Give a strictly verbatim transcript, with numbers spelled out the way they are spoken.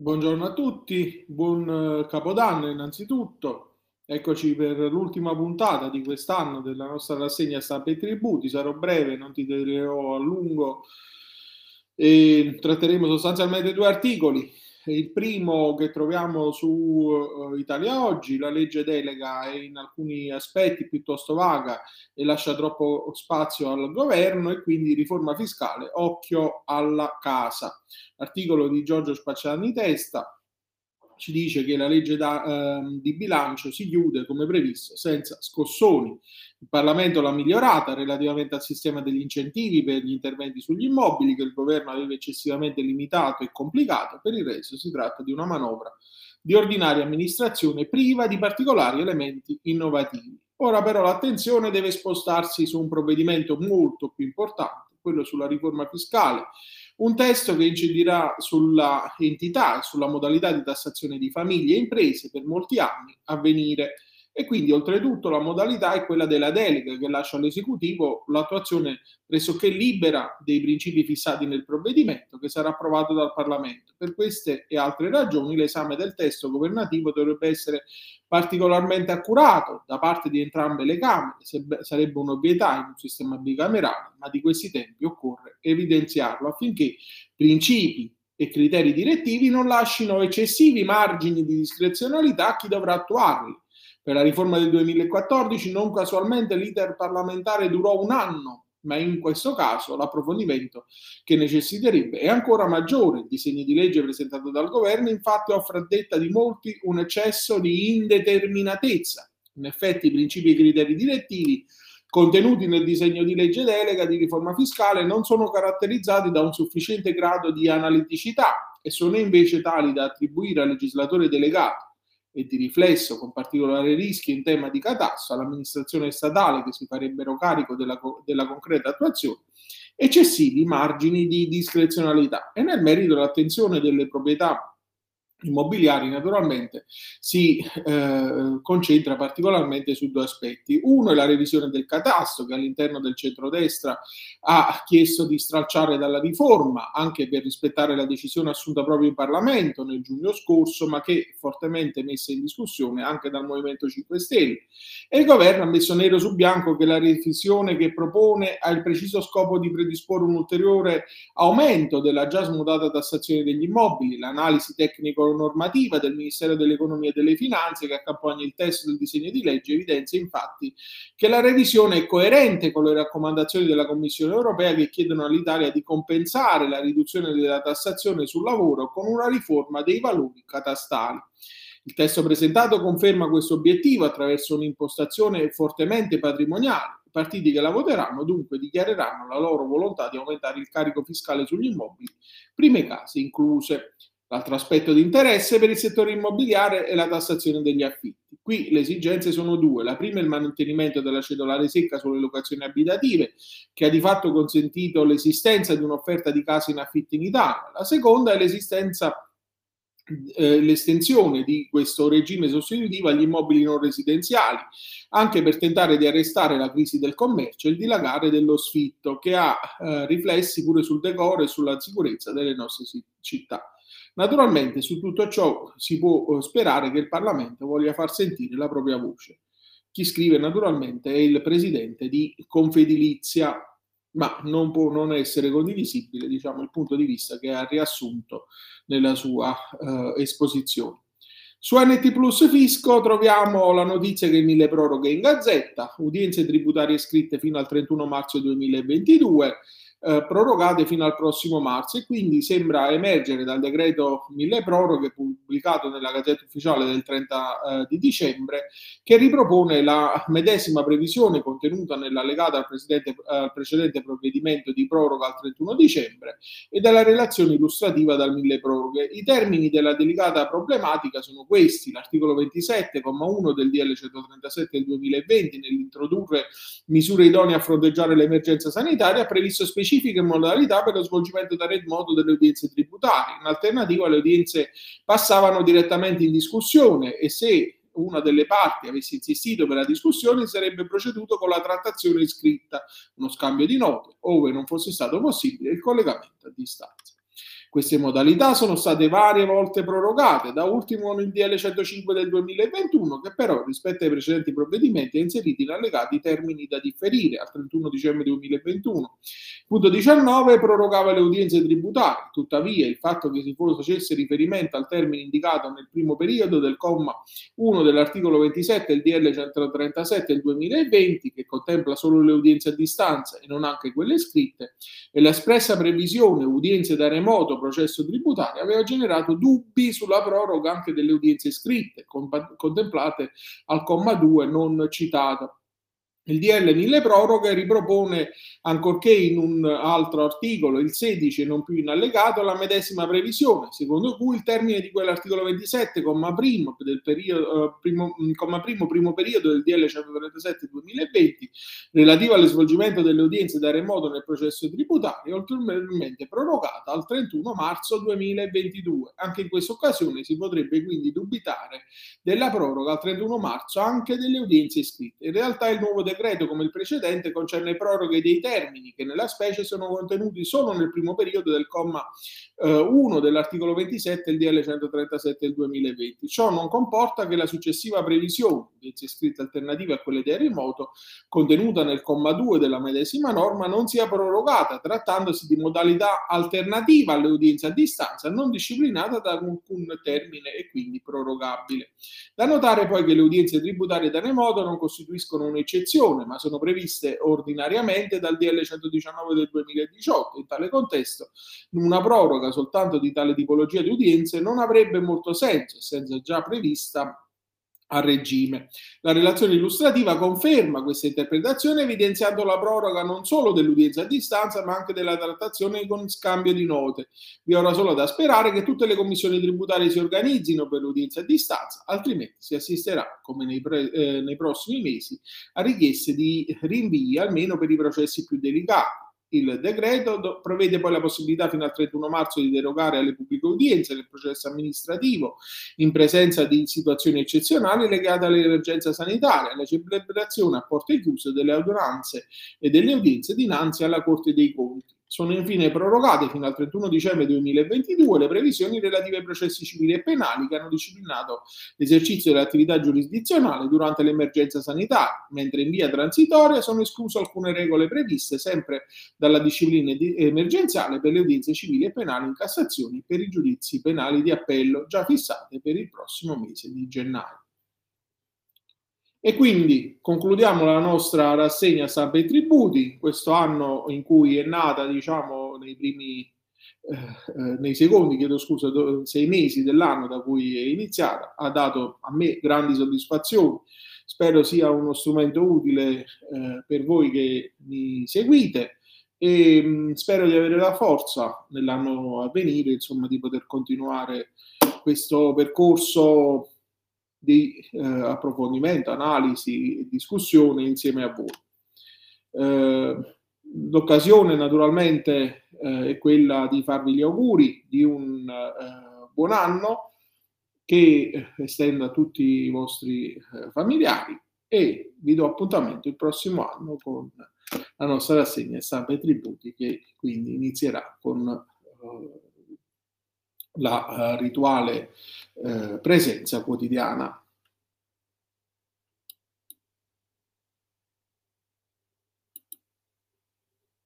Buongiorno a tutti, buon eh, Capodanno innanzitutto. Eccoci per l'ultima puntata di quest'anno della nostra rassegna Stampa e Tributi. Sarò breve, non ti tedilerò a lungo e tratteremo sostanzialmente due articoli. Il primo che troviamo su uh, Italia Oggi: la legge delega è in alcuni aspetti piuttosto vaga e lascia troppo spazio al governo, e quindi riforma fiscale, occhio alla casa. Articolo di Giorgio Spacciani Testa ci dice che la legge da, eh, di bilancio si chiude come previsto senza scossoni. Il Parlamento l'ha migliorata relativamente al sistema degli incentivi per gli interventi sugli immobili, che il governo aveva eccessivamente limitato e complicato. Per il resto si tratta di una manovra di ordinaria amministrazione priva di particolari elementi innovativi. Ora però l'attenzione deve spostarsi su un provvedimento molto più importante, quello sulla riforma fiscale. Un testo che inciderà sulla entità e sulla modalità di tassazione di famiglie e imprese per molti anni a venire. E quindi oltretutto la modalità è quella della delega, che lascia all'esecutivo l'attuazione pressoché libera dei principi fissati nel provvedimento, che sarà approvato dal Parlamento. Per queste e altre ragioni l'esame del testo governativo dovrebbe essere particolarmente accurato da parte di entrambe le Camere. Sarebbe un'ovvietà in un sistema bicamerale, ma di questi tempi occorre evidenziarlo affinché principi e criteri direttivi non lasciino eccessivi margini di discrezionalità a chi dovrà attuarli. Per la riforma del duemilaquattordici non casualmente l'iter parlamentare durò un anno, ma in questo caso l'approfondimento che necessiterebbe è ancora maggiore. Il disegno di legge presentato dal governo infatti offre a detta di molti un eccesso di indeterminatezza. In effetti i principi e criteri direttivi contenuti nel disegno di legge delega di riforma fiscale non sono caratterizzati da un sufficiente grado di analiticità e sono invece tali da attribuire al legislatore delegato, e di riflesso con particolare rischio in tema di catasto, all'amministrazione statale che si farebbero carico della, della concreta attuazione, eccessivi margini di discrezionalità. E nel merito l'attenzione delle proprietà immobiliari naturalmente si eh, concentra particolarmente su due aspetti. Uno è la revisione del catasto, che all'interno del centrodestra ha chiesto di stralciare dalla riforma, anche per rispettare la decisione assunta proprio in Parlamento nel giugno scorso, ma che è fortemente messa in discussione anche dal Movimento cinque Stelle. E il governo ha messo nero su bianco che la revisione che propone ha il preciso scopo di predisporre un ulteriore aumento della già smutata tassazione degli immobili. L'analisi tecnico normativa del Ministero dell'Economia e delle Finanze che accompagna il testo del disegno di legge evidenzia infatti che la revisione è coerente con le raccomandazioni della Commissione europea, che chiedono all'Italia di compensare la riduzione della tassazione sul lavoro con una riforma dei valori catastali. Il testo presentato conferma questo obiettivo attraverso un'impostazione fortemente patrimoniale. I partiti che la voteranno dunque dichiareranno la loro volontà di aumentare il carico fiscale sugli immobili, prime case incluse. L'altro aspetto di interesse per il settore immobiliare è la tassazione degli affitti. Qui le esigenze sono due. La prima è il mantenimento della cedolare secca sulle locazioni abitative, che ha di fatto consentito l'esistenza di un'offerta di case in affitto in Italia. La seconda è l'esistenza eh, l'estensione di questo regime sostitutivo agli immobili non residenziali, anche per tentare di arrestare la crisi del commercio e il dilagare dello sfitto, che ha eh, riflessi pure sul decoro e sulla sicurezza delle nostre città. Naturalmente su tutto ciò si può sperare che il Parlamento voglia far sentire la propria voce. Chi scrive naturalmente è il presidente di Confedilizia, ma non può non essere condivisibile, diciamo, il punto di vista che ha riassunto nella sua eh, esposizione. Su N T Plus Fisco troviamo la notizia che il mille proroghe è in gazzetta, udienze tributarie scritte fino al trentuno marzo duemilaventidue, Eh, prorogate fino al prossimo marzo, e quindi sembra emergere dal decreto mille proroghe pubblicato nella Gazzetta Ufficiale del trenta eh, di dicembre, che ripropone la medesima previsione contenuta nell'allegato al, eh, al precedente provvedimento di proroga al trentuno dicembre e dalla relazione illustrativa dal mille proroghe. I termini della delicata problematica sono questi: l'articolo ventisette comma uno del D L centotrentasette del duemilaventi, nell'introdurre misure idonee a fronteggiare l'emergenza sanitaria, ha previsto specifiche modalità per lo svolgimento da remoto delle udienze tributarie. In alternativa, le udienze passavano direttamente in discussione, e se una delle parti avesse insistito per la discussione sarebbe proceduto con la trattazione scritta, uno scambio di note, ove non fosse stato possibile il collegamento a distanza. Queste modalità sono state varie volte prorogate, da ultimo con il D L centocinque del duemilaventuno, che però rispetto ai precedenti provvedimenti ha inserito in allegati termini da differire al trentuno dicembre duemilaventuno. Punto diciannove prorogava le udienze tributarie, tuttavia il fatto che si facesse riferimento al termine indicato nel primo periodo del comma uno dell'articolo ventisette del D L centotrentasette del duemilaventi, che contempla solo le udienze a distanza e non anche quelle scritte, e l'espressa previsione udienze da remoto processo tributario aveva generato dubbi sulla proroga anche delle udienze scritte, contemplate al comma due non citato. Il D L mille proroghe ripropone, ancorché in un altro articolo, il sedici e non più in allegato, la medesima previsione, secondo cui il termine di quell'articolo ventisette, comma primo, del periodo, primo, comma primo, primo periodo del D L centotrentasette duemilaventi, relativo allo svolgimento delle udienze da remoto nel processo tributario, è ulteriormente prorogata al trentuno marzo duemilaventidue. Anche in questa occasione si potrebbe quindi dubitare della proroga al trentuno marzo anche delle udienze iscritte. In realtà il nuovo decreto, come il precedente, concerne proroghe dei termini che nella specie sono contenuti solo nel primo periodo del comma eh, uno dell'articolo ventisette del D L centotrentasette del duemilaventi. Ciò non comporta che la successiva previsione, udienze iscritte alternative a quelle del remoto, contenuta nel comma due della medesima norma, non sia prorogata, trattandosi di modalità alternativa alle udienze a distanza, non disciplinata da alcun termine e quindi prorogabile. Da notare poi che le udienze tributarie da remoto non costituiscono un'eccezione, ma sono previste ordinariamente dal D L centodiciannove del duemiladiciotto. In tale contesto, una proroga soltanto di tale tipologia di udienze non avrebbe molto senso, essendo già prevista a regime. La relazione illustrativa conferma questa interpretazione, evidenziando la proroga non solo dell'udienza a distanza, ma anche della trattazione con scambio di note. Vi è ora solo da sperare che tutte le commissioni tributarie si organizzino per l'udienza a distanza, altrimenti si assisterà, come nei, pre, eh, nei prossimi mesi, a richieste di rinvii, almeno per i processi più delicati. Il decreto prevede poi la possibilità fino al trentuno marzo di derogare alle pubbliche udienze nel processo amministrativo in presenza di situazioni eccezionali legate all'emergenza sanitaria, alla celebrazione a porte chiuse delle adunanze e delle udienze dinanzi alla Corte dei Conti. Sono infine prorogate fino al trentuno dicembre duemilaventidue le previsioni relative ai processi civili e penali che hanno disciplinato l'esercizio dell'attività giurisdizionale durante l'emergenza sanitaria, mentre in via transitoria sono escluse alcune regole previste sempre dalla disciplina emergenziale per le udienze civili e penali in Cassazione per i giudizi penali di appello già fissate per il prossimo mese di gennaio. E quindi concludiamo la nostra rassegna stampa e tributi, questo anno in cui è nata, diciamo, nei primi, eh, nei secondi, chiedo scusa, do, sei mesi dell'anno da cui è iniziata, ha dato a me grandi soddisfazioni. Spero sia uno strumento utile eh, per voi che mi seguite e mh, spero di avere la forza nell'anno a venire, insomma, di poter continuare questo percorso di eh, approfondimento, analisi e discussione insieme a voi. Eh, l'occasione naturalmente eh, è quella di farvi gli auguri di un eh, buon anno che estenda a tutti i vostri eh, familiari e vi do appuntamento il prossimo anno con la nostra rassegna stampa e tributi che quindi inizierà con eh, la uh, rituale uh, presenza quotidiana